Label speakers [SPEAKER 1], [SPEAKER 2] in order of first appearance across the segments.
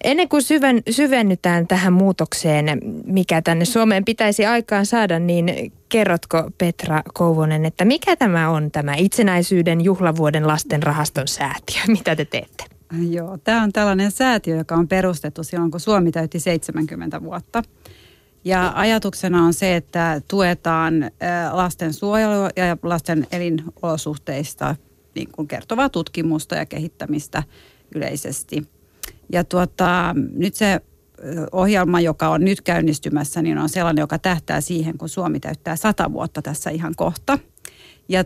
[SPEAKER 1] Ennen kuin syvennytään tähän muutokseen, mikä tänne Suomeen pitäisi aikaan saada, niin kerrotko Petra Kouvonen, että mikä tämä on tämä itsenäisyyden juhlavuoden lastenrahaston säätiö? Mitä te teette?
[SPEAKER 2] Joo, tämä on tällainen säätiö, joka on perustettu silloin, kun Suomi täytti 70 vuotta. Ja ajatuksena on se, että tuetaan lasten suojelua ja lasten elinolosuhteista niin kuin kertovaa tutkimusta ja kehittämistä yleisesti. Ja nyt se ohjelma, joka on nyt käynnistymässä, niin on sellainen, joka tähtää siihen, kun Suomi täyttää 100 vuotta tässä ihan kohta. Ja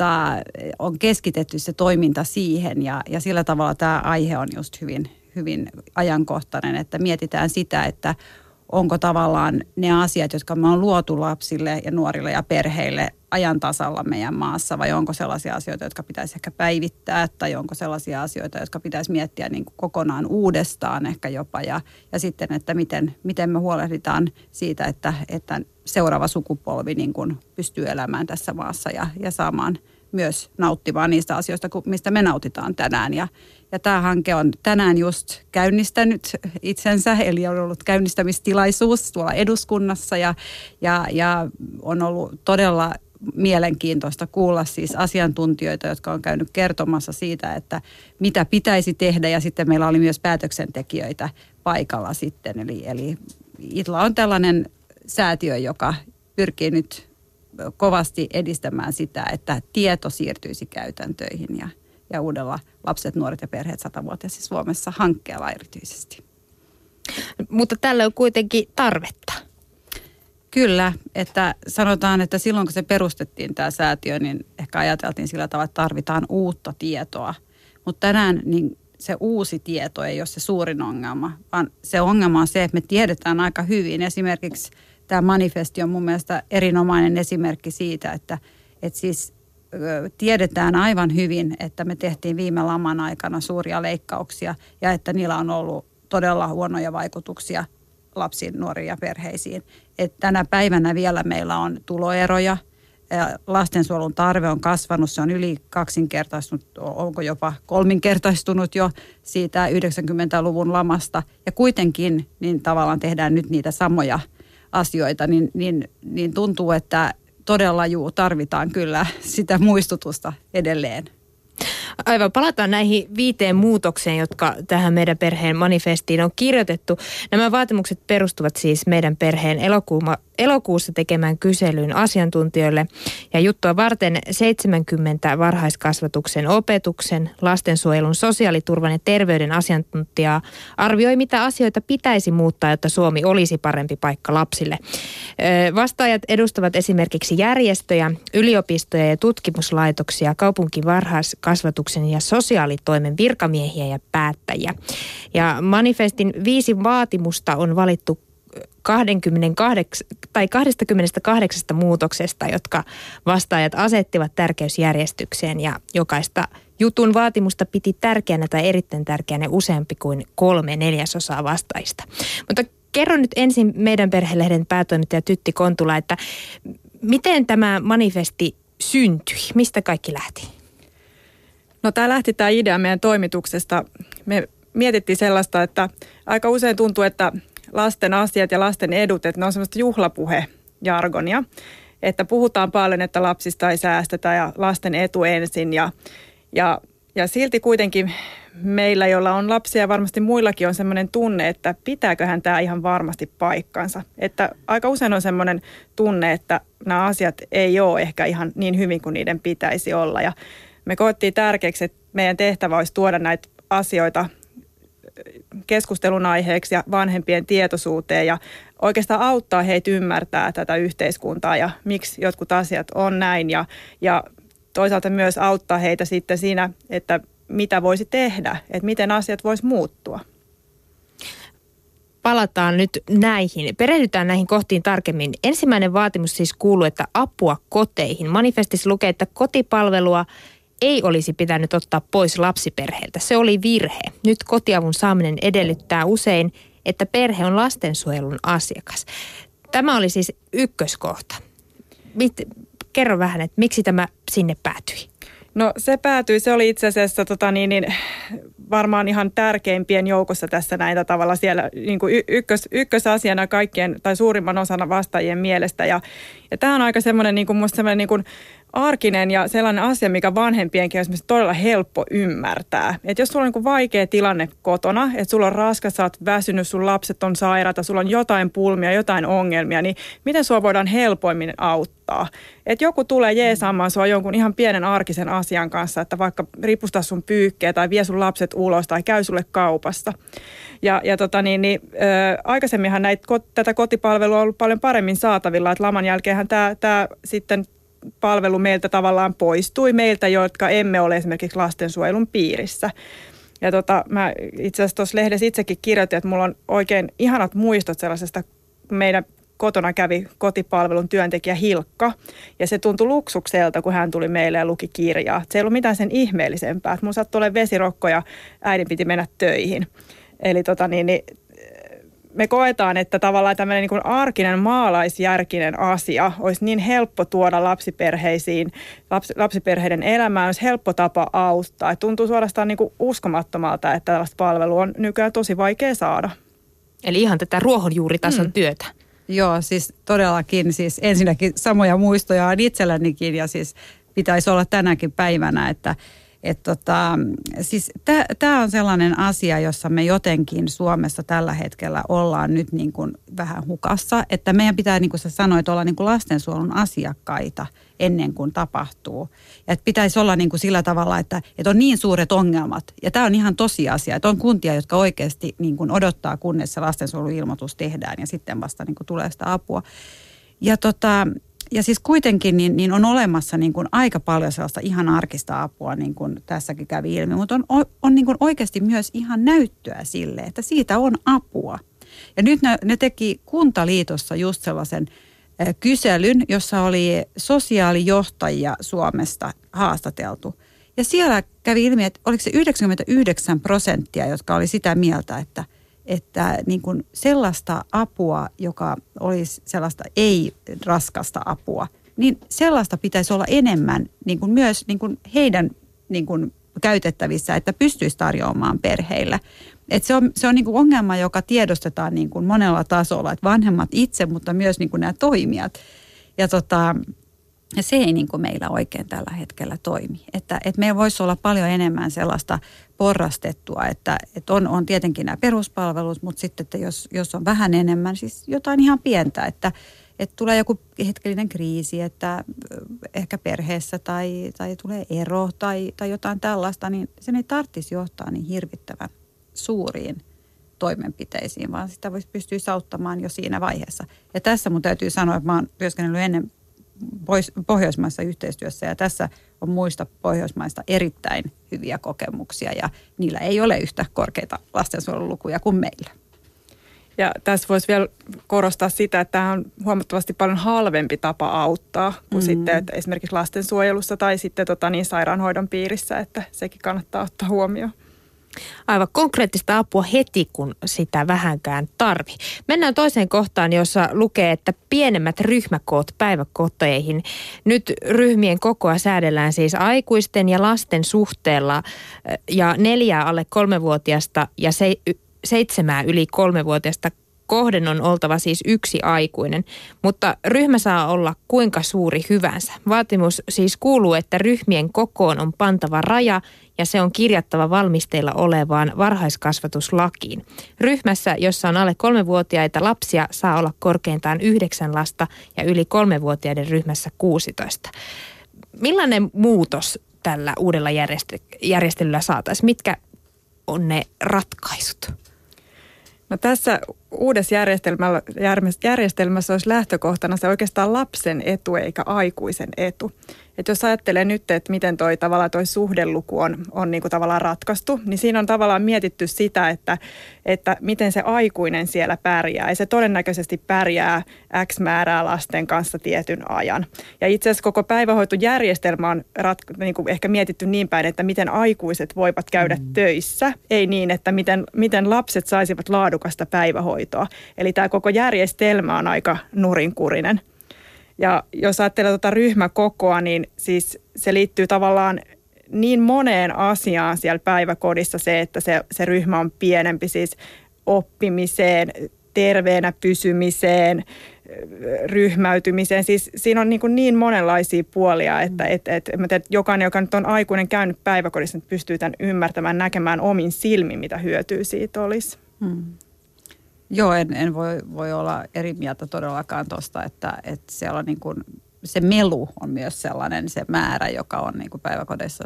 [SPEAKER 2] on keskitetty se toiminta siihen ja sillä tavalla tämä aihe on just hyvin, hyvin ajankohtainen, että mietitään sitä, että onko tavallaan ne asiat, jotka me on luotu lapsille ja nuorille ja perheille ajan tasalla meidän maassa, vai onko sellaisia asioita, jotka pitäisi ehkä päivittää, tai onko sellaisia asioita, jotka pitäisi miettiä niin kuin kokonaan uudestaan ehkä jopa, ja sitten, että miten me huolehditaan siitä, että seuraava sukupolvi niin kuin pystyy elämään tässä maassa ja saamaan myös nauttimaan niistä asioista, mistä me nautitaan tänään. Ja tämä hanke on tänään just käynnistänyt itsensä, eli on ollut käynnistämistilaisuus tuolla eduskunnassa ja on ollut todella mielenkiintoista kuulla siis asiantuntijoita, jotka on käynyt kertomassa siitä, että mitä pitäisi tehdä, ja sitten meillä oli myös päätöksentekijöitä paikalla sitten. Eli ITLA on tällainen säätiö, joka pyrkii nyt kovasti edistämään sitä, että tieto siirtyisi käytäntöihin ja uudella Lapset, nuoret ja perheet 100-vuotiaassa Suomessa hankkeella erityisesti.
[SPEAKER 1] Mutta tällä on kuitenkin tarvetta.
[SPEAKER 2] Kyllä, että sanotaan, että silloin kun se perustettiin tämä säätiö, niin ehkä ajateltiin sillä tavalla, että tarvitaan uutta tietoa. Mutta tänään niin se uusi tieto ei ole se suurin ongelma, vaan se ongelma on se, että me tiedetään aika hyvin. Esimerkiksi tämä manifesti on mun mielestä erinomainen esimerkki siitä, että siis tiedetään aivan hyvin, että me tehtiin viime laman aikana suuria leikkauksia ja että niillä on ollut todella huonoja vaikutuksia lapsiin, nuoriin ja perheisiin. Että tänä päivänä vielä meillä on tuloeroja, lastensuojelun tarve on kasvanut, se on yli 2-kertaistunut, onko jopa 3-kertaistunut jo siitä 90-luvun lamasta. Ja kuitenkin niin tavallaan tehdään nyt niitä samoja asioita, niin tuntuu, että todella tarvitaan kyllä sitä muistutusta edelleen.
[SPEAKER 1] Aivan, palataan näihin 5 muutokseen, jotka tähän meidän perheen manifestiin on kirjoitettu. Nämä vaatimukset perustuvat siis meidän perheen elokuussa tekemään kyselyyn asiantuntijoille. Ja juttua varten 70 varhaiskasvatuksen, opetuksen, lastensuojelun, sosiaaliturvan ja terveyden asiantuntijaa arvioi, mitä asioita pitäisi muuttaa, jotta Suomi olisi parempi paikka lapsille. Vastaajat edustavat esimerkiksi järjestöjä, yliopistoja ja tutkimuslaitoksia, kaupunkin varhaiskasvatuksen ja sosiaalitoimen virkamiehiä ja päättäjiä. Ja manifestin 5 vaatimusta on valittu 28 muutoksesta, jotka vastaajat asettivat tärkeysjärjestykseen, ja jokaista jutun vaatimusta piti tärkeänä tai erittäin tärkeänä useampi kuin 3/4 vastaajista. Mutta kerro nyt ensin meidän perhelehden päätoimittaja Tytti Kontula, että miten tämä manifesti syntyi? Mistä kaikki lähti?
[SPEAKER 3] No tämä idea meidän toimituksesta. Me mietittiin sellaista, että aika usein tuntuu, että lasten asiat ja lasten edut, että ne on semmoista juhlapuhejargonia. Että puhutaan paljon, että lapsista ei säästetä ja lasten etu ensin. Ja silti kuitenkin meillä, joilla on lapsia ja varmasti muillakin on semmoinen tunne, että pitääköhän tämä ihan varmasti paikkansa. Että aika usein on semmoinen tunne, että nämä asiat ei ole ehkä ihan niin hyvin kuin niiden pitäisi olla. Ja me koettiin tärkeäksi, että meidän tehtävä olisi tuoda näitä asioita keskustelun aiheeksi ja vanhempien tietoisuuteen ja oikeastaan auttaa heitä ymmärtää tätä yhteiskuntaa ja miksi jotkut asiat on näin ja toisaalta myös auttaa heitä sitten siinä, että mitä voisi tehdä, että miten asiat voisi muuttua.
[SPEAKER 1] Palataan nyt näihin. Perehdytään näihin kohtiin tarkemmin. Ensimmäinen vaatimus siis kuuluu, että apua koteihin. Manifestissa lukee, että kotipalvelua ei olisi pitänyt ottaa pois lapsiperheiltä. Se oli virhe. Nyt kotiavun saaminen edellyttää usein, että perhe on lastensuojelun asiakas. Tämä oli siis ykköskohta. Kerro vähän, että miksi tämä sinne päätyi?
[SPEAKER 3] No se päätyi, se oli itse asiassa varmaan ihan tärkeimpien joukossa tässä näitä tavalla siellä niin kuin ykkösasiana kaikkien tai suurimman osana vastaajien mielestä. Ja tämä on aika semmoinen niin kuin musta semmoinen niin kuin arkinen ja sellainen asia, mikä vanhempienkin on esimerkiksi todella helppo ymmärtää. Että jos sulla on niin kuin vaikea tilanne kotona, että sulla on raskas, sä oot väsynyt, sun lapset on sairaata, sulla on jotain pulmia, jotain ongelmia, niin miten sua voidaan helpoimmin auttaa? Että joku tulee jeesaamaan sua jonkun ihan pienen arkisen asian kanssa, että vaikka ripustaa sun pyykkeä tai vie sun lapset ulos tai käy sulle kaupassa. Aikaisemminhan tätä kotipalvelua on ollut paljon paremmin saatavilla, että laman jälkeenhän tämä sitten palvelu meiltä tavallaan poistui meiltä, jotka emme ole esimerkiksi lastensuojelun piirissä. Ja mä itse asiassa tuossa lehdessä itsekin kirjoitin, että mulla on oikein ihanat muistot sellaisesta, meidän kotona kävi kotipalvelun työntekijä Hilkka, ja se tuntui luksukselta, kun hän tuli meille ja luki kirjaa. Se ei ollut mitään sen ihmeellisempää, että mun sattui olemaan vesirokko ja äidin piti mennä töihin. Eli me koetaan, että tavallaan tämmöinen niin kuin arkinen maalaisjärkinen asia olisi niin helppo tuoda lapsiperheisiin, lapsiperheiden elämään, olisi helppo tapa auttaa. Et tuntuu suorastaan niin kuin uskomattomalta, että tällaista palvelua on nykyään tosi vaikea saada.
[SPEAKER 1] Eli ihan tätä ruohonjuuritason työtä.
[SPEAKER 2] Joo, siis todellakin siis ensinnäkin samoja muistoja on itsellänikin ja siis pitäisi olla tänäkin päivänä, että siis tämä on sellainen asia, jossa me jotenkin Suomessa tällä hetkellä ollaan nyt niin kuin vähän hukassa, että meidän pitää, niin kuin sä sanoit, olla niin kuin lastensuojelun asiakkaita ennen kuin tapahtuu. Ja että pitäisi olla niin kuin sillä tavalla, että on niin suuret ongelmat. Ja tämä on ihan tosiasia, että on kuntia, jotka oikeasti niin kuin odottaa, kunnes se lastensuojeluilmoitus tehdään ja sitten vasta niin kuin tulee sitä apua. Ja siis kuitenkin niin on olemassa niin kuin aika paljon sellaista ihan arkista apua, niin kuin tässäkin kävi ilmi, mutta on niin kuin oikeasti myös ihan näyttöä sille, että siitä on apua. Ja nyt ne teki Kuntaliitossa just sellaisen kyselyn, jossa oli sosiaalijohtajia Suomesta haastateltu. Ja siellä kävi ilmi, että oliko se 99%, jotka oli sitä mieltä, että niin kuin sellaista apua, joka olisi sellaista ei-raskasta apua, niin sellaista pitäisi olla enemmän niin kuin myös niin kuin heidän niin kuin käytettävissä, että pystyisi tarjoamaan perheillä. Että se on niin kuin ongelma, joka tiedostetaan niin kuin monella tasolla, että vanhemmat itse, mutta myös niin kuin nämä toimijat. Ja se ei niin kuin meillä oikein tällä hetkellä toimi. Että meillä voisi olla paljon enemmän sellaista porrastettua, että on tietenkin nämä peruspalvelut, mutta sitten, että jos on vähän enemmän, siis jotain ihan pientä, että tulee joku hetkellinen kriisi, että ehkä perheessä tai tulee ero tai jotain tällaista, niin sen ei tarvitsisi johtaa niin hirvittävän suuriin toimenpiteisiin, vaan sitä voisi pystyä auttamaan jo siinä vaiheessa. Ja tässä mun täytyy sanoa, että mä oon työskennellyt ennen pohjoismaissa yhteistyössä ja tässä on muista Pohjoismaista erittäin hyviä kokemuksia ja niillä ei ole yhtä korkeita lastensuojelulukuja kuin meillä.
[SPEAKER 3] Ja tässä voisi vielä korostaa sitä, että tämä on huomattavasti paljon halvempi tapa auttaa kuin sitten että esimerkiksi lastensuojelussa tai sitten sairaanhoidon piirissä, että sekin kannattaa ottaa huomioon.
[SPEAKER 1] Aivan konkreettista apua heti, kun sitä vähänkään tarvii. Mennään toiseen kohtaan, jossa lukee, että pienemmät ryhmäkoot päiväkoteihin. Nyt ryhmien kokoa säädellään siis aikuisten ja lasten suhteella ja 4 alle 3-vuotiaasta ja 7 yli 3-vuotiaasta kohden on oltava siis 1 aikuinen, mutta ryhmä saa olla kuinka suuri hyvänsä. Vaatimus siis kuuluu, että ryhmien kokoon on pantava raja ja se on kirjattava valmisteilla olevaan varhaiskasvatuslakiin. Ryhmässä, jossa on alle 3-vuotiaita lapsia, saa olla korkeintaan 9 lasta ja yli 3-vuotiaiden ryhmässä 16. Millainen muutos tällä uudella järjestelyllä saataisiin? Mitkä on ne ratkaisut?
[SPEAKER 3] No tässä uudessa järjestelmässä olisi lähtökohtana se oikeastaan lapsen etu eikä aikuisen etu. Että jos ajattelee nyt, että miten toi suhdeluku on niin kuin tavallaan ratkaistu, niin siinä on tavallaan mietitty sitä, että miten se aikuinen siellä pärjää. Ja se todennäköisesti pärjää X määrää lasten kanssa tietyn ajan. Ja itse asiassa koko päivähoitojärjestelmä on niin kuin ehkä mietitty niin päin, että miten aikuiset voivat käydä töissä, ei niin, että miten lapset saisivat laadukasta päivähoitoa. Eli tämä koko järjestelmä on aika nurinkurinen. Ja jos ajattelee ryhmäkokoa, niin siis se liittyy tavallaan niin moneen asiaan siellä päiväkodissa se, että se ryhmä on pienempi, siis oppimiseen, terveenä pysymiseen, ryhmäytymiseen. Siis siinä on niin monenlaisia puolia, että jokainen, joka nyt on aikuinen käynyt päiväkodissa, pystyy tämän ymmärtämään, näkemään omin silmin, mitä hyötyä siitä olisi.
[SPEAKER 2] Joo, en voi olla eri mieltä todellakaan tuosta, että siellä on niin kuin, se melu on myös sellainen se määrä, joka on niin kuin päiväkodeissa,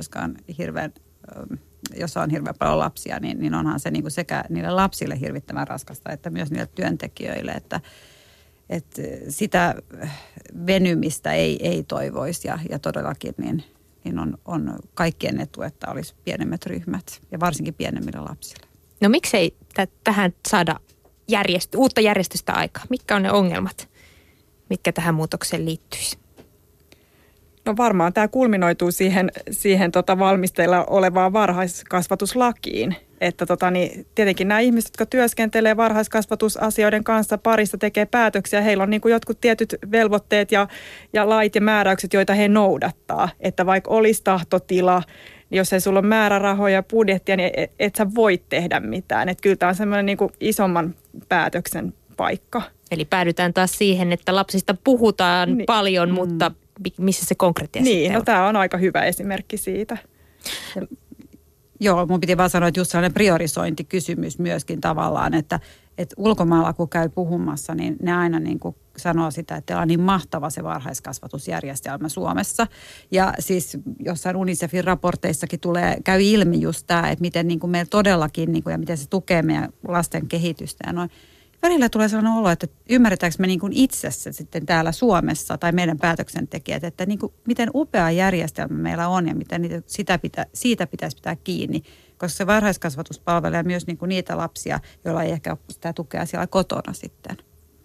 [SPEAKER 2] jossa on hirveän paljon lapsia, niin onhan se niin kuin sekä niille lapsille hirvittävän raskasta, että myös niille työntekijöille, että sitä venymistä ei toivoisi ja todellakin niin on kaikkien etu, että olisi pienemmät ryhmät ja varsinkin pienemmille lapsille.
[SPEAKER 1] No miksei tähän saada uutta järjestystä aikaa? Mitkä on ne ongelmat, mitkä tähän muutokseen liittyisi?
[SPEAKER 3] No varmaan tämä kulminoituu siihen valmisteilla olevaan varhaiskasvatuslakiin. Että tietenkin nämä ihmiset, jotka työskentelee varhaiskasvatusasioiden kanssa parissa, tekee päätöksiä. Heillä on niin kuin jotkut tietyt velvoitteet ja lait ja määräykset, joita he noudattaa. Että vaikka olisi tahtotila, niin jos ei sulla ole määrärahoja ja budjettia, niin et sä voi tehdä mitään. Että kyllä tämä on semmoinen niin kuin isomman päätöksen paikka.
[SPEAKER 1] Eli päädytään taas siihen, että lapsista puhutaan paljon, mutta missä se konkreettia
[SPEAKER 3] niin, no tämä on aika hyvä esimerkki siitä.
[SPEAKER 2] Joo, mun piti vaan sanoa, että just sellainen priorisointikysymys myöskin tavallaan, että ulkomailla kun käy puhumassa, niin ne aina niin kuin sanoo sitä, että teillä on niin mahtava se varhaiskasvatusjärjestelmä Suomessa. Ja siis jossain UNICEFin raporteissakin käy ilmi just tämä, että miten niin kuin meillä todellakin niin kuin, ja miten se tukee meidän lasten kehitystä ja noin. Välillä tulee sellainen olo, että ymmärretäänkö me niin kuin itsessä sitten täällä Suomessa tai meidän päätöksentekijät, että niin kuin miten upea järjestelmä meillä on ja miten siitä pitäisi pitää kiinni. Koska se varhaiskasvatus palvelee myös niin kuin niitä lapsia, joilla ei ehkä ole sitä tukea siellä kotona sitten.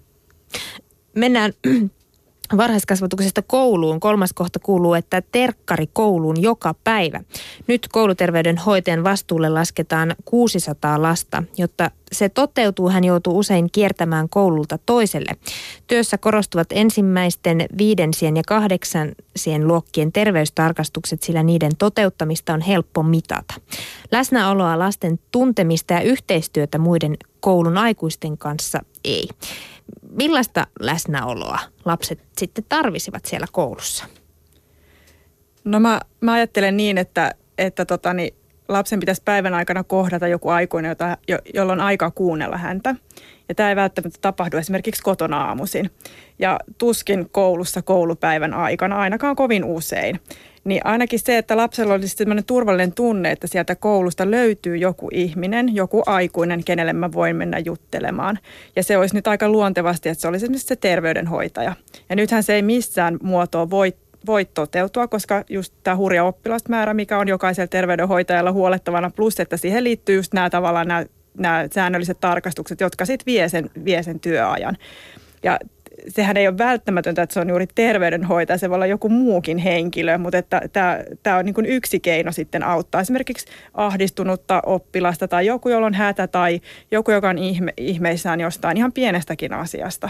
[SPEAKER 1] Mennään varhaiskasvatuksesta kouluun. 3. kohta kuuluu, että terkkari kouluun joka päivä. Nyt kouluterveydenhoitajan vastuulle lasketaan 600 lasta. Jotta se toteutuu, hän joutuu usein kiertämään koululta toiselle. Työssä korostuvat ensimmäisten 5. ja 8. luokkien terveystarkastukset, sillä niiden toteuttamista on helppo mitata. Läsnäoloa, lasten tuntemista ja yhteistyötä muiden koulun aikuisten kanssa ei. Millaista läsnäoloa lapset sitten tarvisivat siellä koulussa?
[SPEAKER 3] No mä ajattelen niin, että lapsen pitäisi päivän aikana kohdata joku aikuinen, jolla on aikaa kuunnella häntä. Ja tämä ei välttämättä tapahdu esimerkiksi kotona aamuisin. Ja tuskin koulussa koulupäivän aikana, ainakaan kovin usein. Niin ainakin se, että lapsella olisi sellainen turvallinen tunne, että sieltä koulusta löytyy joku ihminen, joku aikuinen, kenelle mä voin mennä juttelemaan. Ja se olisi nyt aika luontevasti, että se olisi esimerkiksi se terveydenhoitaja. Ja nythän se ei missään muotoa voi toteutua, koska just tämä hurja oppilasmäärä, mikä on jokaisella terveydenhoitajalla huolettavana, plus että siihen liittyy just nämä säännölliset tarkastukset, jotka sitten vie sen työajan. Ja sehän ei ole välttämätöntä, että se on juuri terveydenhoitaja, se voi olla joku muukin henkilö, mutta että tämä on niin kuin yksi keino sitten auttaa esimerkiksi ahdistunutta oppilasta tai joku, jolla on hätä tai joku, joka on ihmeissään jostain ihan pienestäkin asiasta.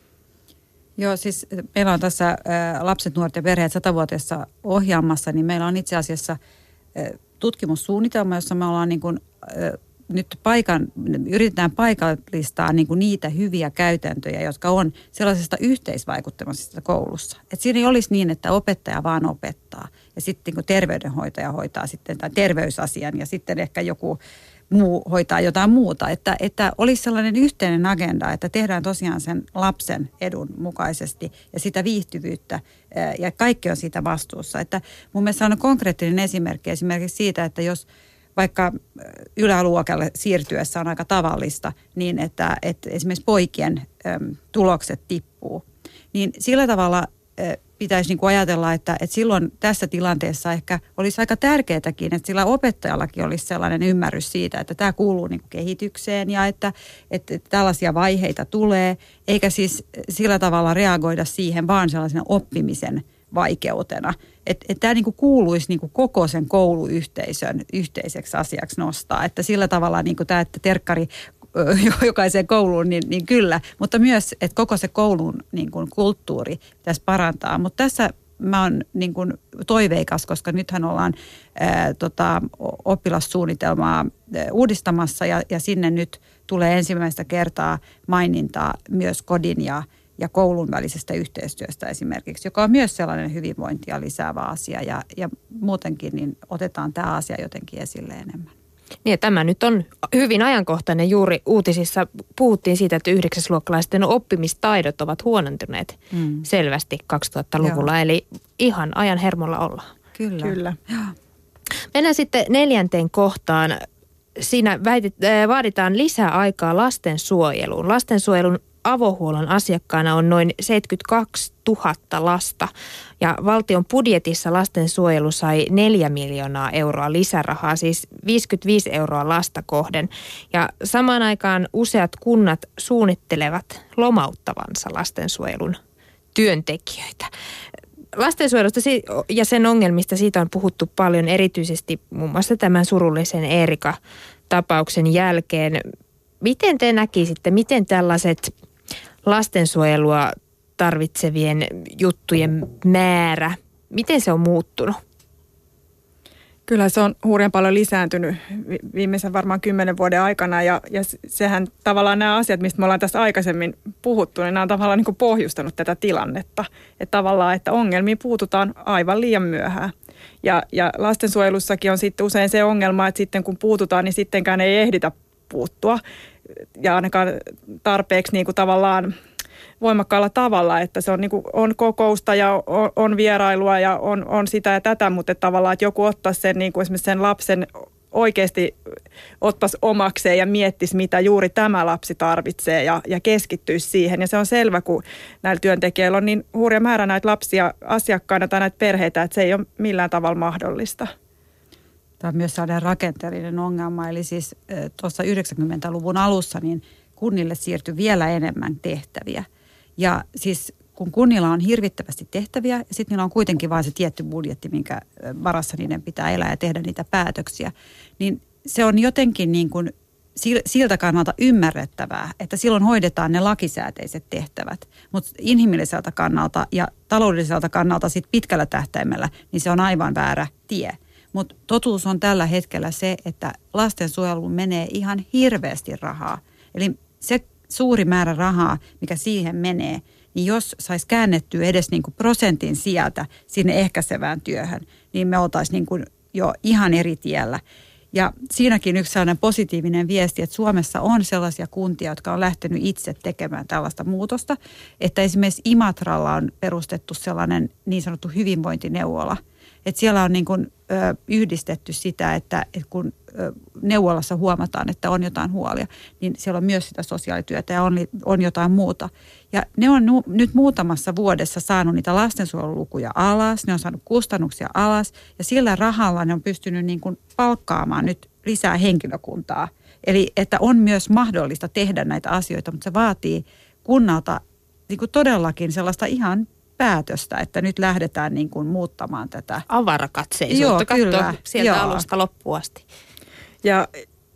[SPEAKER 2] Joo, siis meillä on tässä Lapset, nuoret ja perheet 100-vuotiaassa ohjelmassa, niin meillä on itse asiassa tutkimussuunnitelma, jossa me ollaan niin kuin nyt yritetään paikallistaa niin kuin niitä hyviä käytäntöjä, jotka on sellaisesta yhteisvaikuttamisesta koulussa. Että siinä ei olisi niin, että opettaja vaan opettaa ja sitten niin kuin terveydenhoitaja hoitaa sitten tämän terveysasian ja sitten ehkä joku muu hoitaa jotain muuta. Että olisi sellainen yhteinen agenda, että tehdään tosiaan sen lapsen edun mukaisesti ja sitä viihtyvyyttä ja kaikki on siitä vastuussa. Että mun mielestä on konkreettinen esimerkki esimerkiksi siitä, että jos vaikka yläluokalle siirtyessä on aika tavallista, niin että esimerkiksi poikien tulokset tippuu. Niin sillä tavalla pitäisi niin kuin ajatella, että silloin tässä tilanteessa ehkä olisi aika tärkeätäkin, että sillä opettajallakin olisi sellainen ymmärrys siitä, että tämä kuuluu niin kuin kehitykseen ja että tällaisia vaiheita tulee, eikä siis sillä tavalla reagoida siihen vaan sellaisena oppimisen vaikeutena. Että tämä niinku kuuluisi niinku koko sen kouluyhteisön yhteiseksi asiaksi nostaa. Että sillä tavalla niinku tämä, että terkkari jokaiseen kouluun, niin kyllä. Mutta myös, että koko se koulun niinku kulttuuri pitäisi parantaa. Mutta tässä mä oon niin kuin toiveikas, koska nythän ollaan oppilassuunnitelmaa uudistamassa ja sinne nyt tulee ensimmäistä kertaa mainintaa myös kodin ja koulun välisestä yhteistyöstä esimerkiksi, joka on myös sellainen hyvinvointia lisäävä asia ja muutenkin niin otetaan tämä asia jotenkin esille enemmän.
[SPEAKER 1] Niin, tämä nyt on hyvin ajankohtainen. Juuri uutisissa puhuttiin siitä, että 9-luokkalaisten oppimistaidot ovat huonontuneet selvästi 2000-luvulla. Joo. Eli ihan ajan hermolla ollaan.
[SPEAKER 2] Kyllä.
[SPEAKER 1] Mennään sitten 4. kohtaan. Siinä vaaditaan lisää aikaa lastensuojeluun. Lastensuojelun avohuollon asiakkaana on noin 72 000 lasta ja valtion budjetissa lastensuojelu sai 4 miljoonaa euroa lisärahaa, siis 55 euroa lasta kohden. Ja samaan aikaan useat kunnat suunnittelevat lomauttavansa lastensuojelun työntekijöitä. Lastensuojelusta ja sen ongelmista siitä on puhuttu paljon, erityisesti muun muassa tämän surullisen Eerika-tapauksen jälkeen. Miten te näkisitte, miten tällaiset lastensuojelua tarvitsevien juttujen määrä, miten se on muuttunut?
[SPEAKER 3] Kyllä se on hurjan paljon lisääntynyt viimeisen varmaan 10 vuoden aikana ja sehän tavallaan nämä asiat, mistä me ollaan tässä aikaisemmin puhuttu, niin nämä on tavallaan niin kuin pohjustanut tätä tilannetta. Että tavallaan, että ongelmiin puututaan aivan liian myöhään. Ja lastensuojelussakin on sitten usein se ongelma, että sitten kun puututaan, niin sittenkään ei ehditä puuttua. Ja ainakaan tarpeeksi niin kuin tavallaan voimakkaalla tavalla, että se on, niin kuin, on kokousta ja on vierailua ja on sitä ja tätä, mutta tavallaan, että joku ottaisi sen, niin kuin esimerkiksi sen lapsen oikeasti ottaisi omakseen ja miettisi, mitä juuri tämä lapsi tarvitsee ja keskittyisi siihen. Ja se on selvä, kun näillä työntekijöillä on niin hurja määrä näitä lapsia asiakkaina tai näitä perheitä, että se ei ole millään tavalla mahdollista.
[SPEAKER 2] Tämä on myös sellainen rakenteellinen ongelma, eli siis tuossa 90-luvun alussa niin kunnille siirtyi vielä enemmän tehtäviä. Ja siis kun kunnilla on hirvittävästi tehtäviä ja sitten niillä on kuitenkin vain se tietty budjetti, minkä varassa niiden pitää elää ja tehdä niitä päätöksiä, niin se on jotenkin niin kuin siltä kannalta ymmärrettävää, että silloin hoidetaan ne lakisääteiset tehtävät. Mutta inhimilliseltä kannalta ja taloudelliselta kannalta sit pitkällä tähtäimellä, niin se on aivan väärä tie. Mutta totuus on tällä hetkellä se, että lastensuojeluun menee ihan hirveästi rahaa. Eli se suuri määrä rahaa, mikä siihen menee, niin jos saisi käännettyä edes niin kuin prosentin sieltä sinne ehkäisevään työhön, niin me oltaisiin niin kuin jo ihan eri tiellä. Ja siinäkin yksi sellainen positiivinen viesti, että Suomessa on sellaisia kuntia, jotka on lähtenyt itse tekemään tällaista muutosta, että esimerkiksi Imatralla on perustettu sellainen niin sanottu hyvinvointineuvola. Että siellä on niin kuin, yhdistetty sitä, että kun neuvolassa huomataan, että on jotain huolia, niin siellä on myös sitä sosiaalityötä ja on jotain muuta. Ja ne on nyt muutamassa vuodessa saanut niitä lastensuojelulukuja alas, ne on saanut kustannuksia alas ja sillä rahalla ne on pystynyt niin kuin palkkaamaan nyt lisää henkilökuntaa. Eli että on myös mahdollista tehdä näitä asioita, mutta se vaatii kunnalta niin kuin todellakin sellaista ihan päätöstä, että nyt lähdetään niin kuin muuttamaan tätä.
[SPEAKER 1] Avarakatseisuutta, katsoa sieltä alusta loppuun asti.
[SPEAKER 3] Ja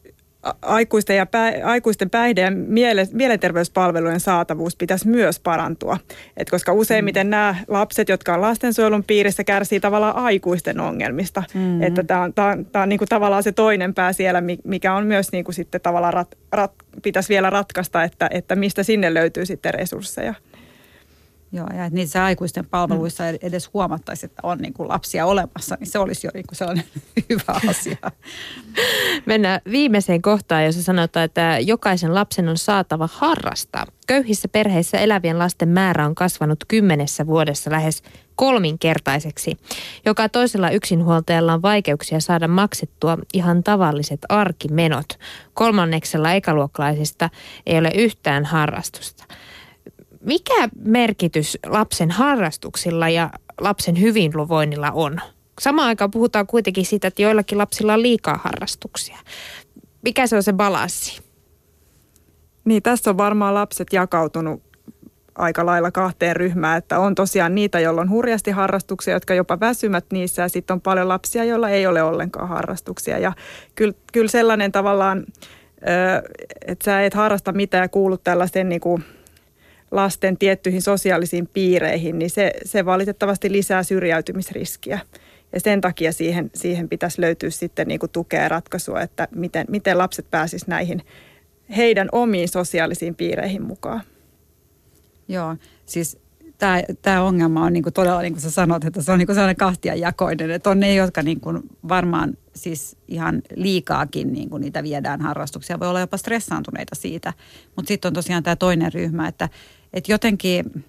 [SPEAKER 3] aikuisten päihde- ja mielenterveyspalvelujen saatavuus pitäisi myös parantua. Koska useimmiten nämä lapset, jotka on lastensuojelun piirissä, kärsii tavallaan aikuisten ongelmista. Että tämä on niin kuin tavallaan se toinen pää siellä, mikä on myös niin kuin sitten tavallaan pitäisi vielä ratkaista, että mistä sinne löytyy sitten resursseja.
[SPEAKER 2] Joo, ja että niissä aikuisten palveluissa edes huomattaisiin, että on niin kuin lapsia olemassa, niin se olisi jo niin kuin sellainen hyvä asia.
[SPEAKER 1] Mennään viimeiseen kohtaan, jossa sanotaan, että jokaisen lapsen on saatava harrastaa. Köyhissä perheissä elävien lasten määrä on kasvanut 10 vuodessa lähes 3-kertaiseksi. Joka toisella yksinhuoltajalla on vaikeuksia saada maksettua ihan tavalliset arkimenot. 3/3 ekaluokkalaisista ei ole yhtään harrastusta. Mikä merkitys lapsen harrastuksilla ja lapsen hyvinvoinnilla on? Samaan aikaan puhutaan kuitenkin siitä, että joillakin lapsilla on liikaa harrastuksia. Mikä se on se balanssi?
[SPEAKER 3] Niin, tässä on varmaan lapset jakautunut aika lailla 2 ryhmään, että on tosiaan niitä, joilla on hurjasti harrastuksia, jotka jopa väsymät niissä, ja sitten on paljon lapsia, joilla ei ole ollenkaan harrastuksia. Ja kyllä sellainen tavallaan, että sä et harrasta mitään ja kuulu tällaiseen niin kuin lasten tiettyihin sosiaalisiin piireihin, niin se valitettavasti lisää syrjäytymisriskiä. Ja sen takia siihen pitäisi löytyä sitten niin kuin tukea ja ratkaisua, että miten lapset pääsisivät näihin heidän omiin sosiaalisiin piireihin mukaan.
[SPEAKER 2] Joo, siis tämä ongelma on niinku todella, niin kuin sä sanot, että se on niinku sellainen kahtiajakoinen, että on ne, jotka niinku varmaan siis ihan liikaakin niinku niitä viedään harrastuksia, voi olla jopa stressaantuneita siitä, mutta sitten on tosiaan tämä toinen ryhmä, että jotenkin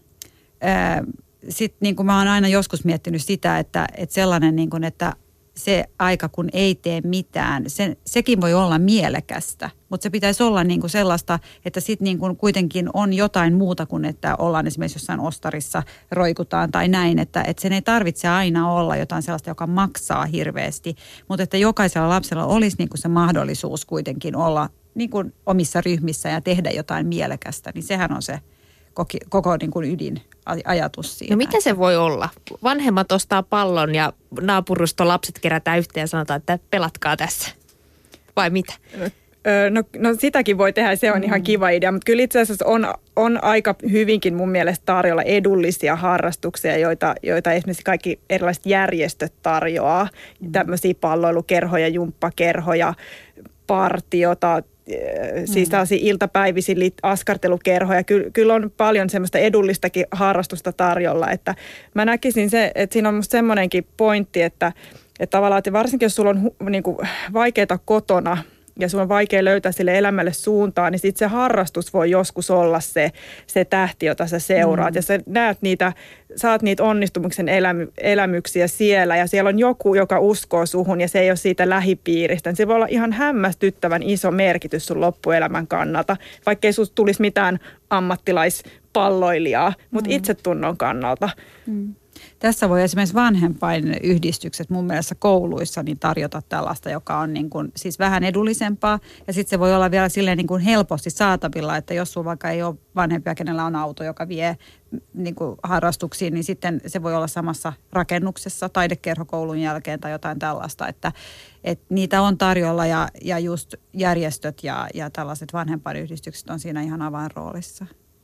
[SPEAKER 2] sitten niinku mä oon aina joskus miettinyt sitä, että sellainen niinku, että se aika, kun ei tee mitään, sekin voi olla mielekästä, mutta se pitäisi olla niinku sellaista, että sitten niinku kuitenkin on jotain muuta kuin, että ollaan esimerkiksi jossain ostarissa, roikutaan tai näin, että sen ei tarvitse aina olla jotain sellaista, joka maksaa hirveästi, mutta että jokaisella lapsella olisi niinku se mahdollisuus kuitenkin olla niinku omissa ryhmissä ja tehdä jotain mielekästä, niin sehän on se koko niinku ydinajatus siinä.
[SPEAKER 1] No mitä se voi olla? Vanhemmat ostaa pallon ja naapuruston lapset kerätään yhteen ja sanotaan, että pelatkaa tässä. Vai mitä?
[SPEAKER 3] No sitäkin voi tehdä, se on ihan kiva idea, mutta kyllä itse asiassa on aika hyvinkin mun mielestä tarjolla edullisia harrastuksia, joita esimerkiksi kaikki erilaiset järjestöt tarjoaa. Tämmöisiä palloilukerhoja, jumppakerhoja, partiota, siis tällaisia iltapäivisin askartelukerhoja. Kyllä on paljon semmoista edullistakin harrastusta tarjolla, että mä näkisin se, että siinä on musta semmoinenkin pointti, että tavallaan, että varsinkin jos sulla on niin kuin vaikeaa kotona ja sulla on vaikea löytää sille elämälle suuntaa, niin sitten se harrastus voi joskus olla se tähti, jota sä seuraat. Ja sä saat niitä onnistumuksen elämyksiä siellä ja siellä on joku, joka uskoo suhun ja se ei ole siitä lähipiiristä. Se voi olla ihan hämmästyttävän iso merkitys sun loppuelämän kannalta, vaikka ei susta tulisi mitään ammattilaispalloilijaa, mutta itsetunnon kannalta.
[SPEAKER 2] Tässä voi esimerkiksi vanhempainyhdistykset mun mielestä kouluissa niin tarjota tällaista, joka on niin kuin, siis vähän edullisempaa. Ja sitten se voi olla vielä silleen niin kuin helposti saatavilla, että jos sulla vaikka ei ole vanhempia, kenellä on auto, joka vie niin kuin harrastuksiin, niin sitten se voi olla samassa rakennuksessa taidekerhokoulun jälkeen tai jotain tällaista. Että niitä on tarjolla ja just järjestöt ja tällaiset vanhempainyhdistykset on siinä ihan avainroolissa.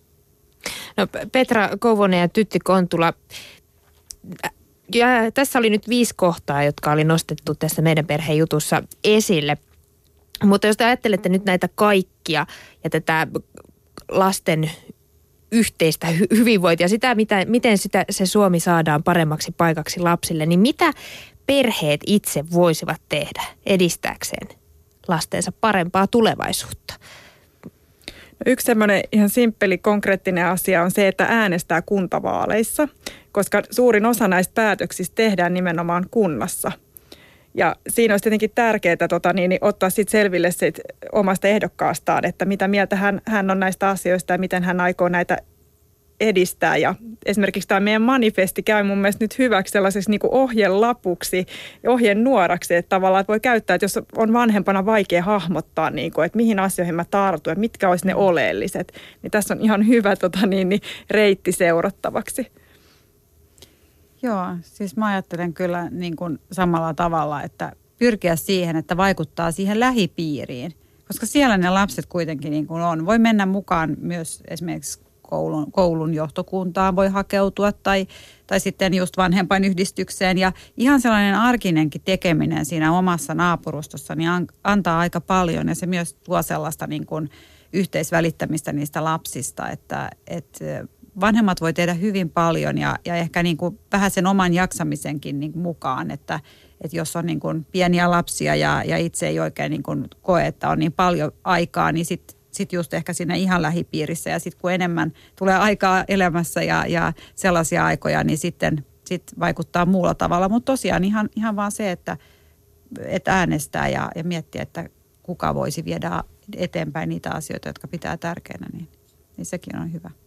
[SPEAKER 1] No Petra Kouvonen ja Tytti Kontula, ja tässä oli nyt 5 kohtaa, jotka oli nostettu tässä meidän perheen jutussa esille. Mutta jos te ajattelette nyt näitä kaikkia ja tätä lasten yhteistä hyvinvointia, sitä miten se Suomi saadaan paremmaksi paikaksi lapsille, niin mitä perheet itse voisivat tehdä edistääkseen lastensa parempaa tulevaisuutta?
[SPEAKER 3] Yksi semmoinen ihan simppeli, konkreettinen asia on se, että äänestää kuntavaaleissa, koska suurin osa näistä päätöksistä tehdään nimenomaan kunnassa. Ja siinä olisi tietenkin tärkeää ottaa sit selville sit omasta ehdokkaastaan, että mitä mieltä hän on näistä asioista ja miten hän aikoo näitä edistää. Ja esimerkiksi tämä meidän manifesti käy mun mielestä nyt hyväksi sellaiseksi niin kuin ohjelapuksi ja ohjenuoraksi, että tavallaan että voi käyttää, että jos on vanhempana vaikea hahmottaa, niin kuin, että mihin asioihin mä tartun ja mitkä olisi ne oleelliset, niin tässä on ihan hyvä reitti seurattavaksi.
[SPEAKER 2] Joo, siis mä ajattelen kyllä niin kuin samalla tavalla, että pyrkiä siihen, että vaikuttaa siihen lähipiiriin, koska siellä ne lapset kuitenkin niin kuin on. Voi mennä mukaan myös esimerkiksi koulun johtokuntaan voi hakeutua tai sitten just vanhempainyhdistykseen. Ja ihan sellainen arkinenkin tekeminen siinä omassa naapurustossa niin antaa aika paljon ja se myös tuo sellaista niin kuin yhteisvälittämistä niistä lapsista, että vanhemmat voi tehdä hyvin paljon ja ehkä niin kuin vähän sen oman jaksamisenkin niin kuin mukaan, että jos on niin kuin pieniä lapsia ja itse ei oikein niin kuin koe, että on niin paljon aikaa, niin sitten just ehkä siinä ihan lähipiirissä ja sitten kun enemmän tulee aikaa elämässä ja sellaisia aikoja, niin sitten vaikuttaa muulla tavalla. Mutta tosiaan ihan vaan se, että äänestää ja miettiä, että kuka voisi viedä eteenpäin niitä asioita, jotka pitää tärkeänä, niin sekin on hyvä.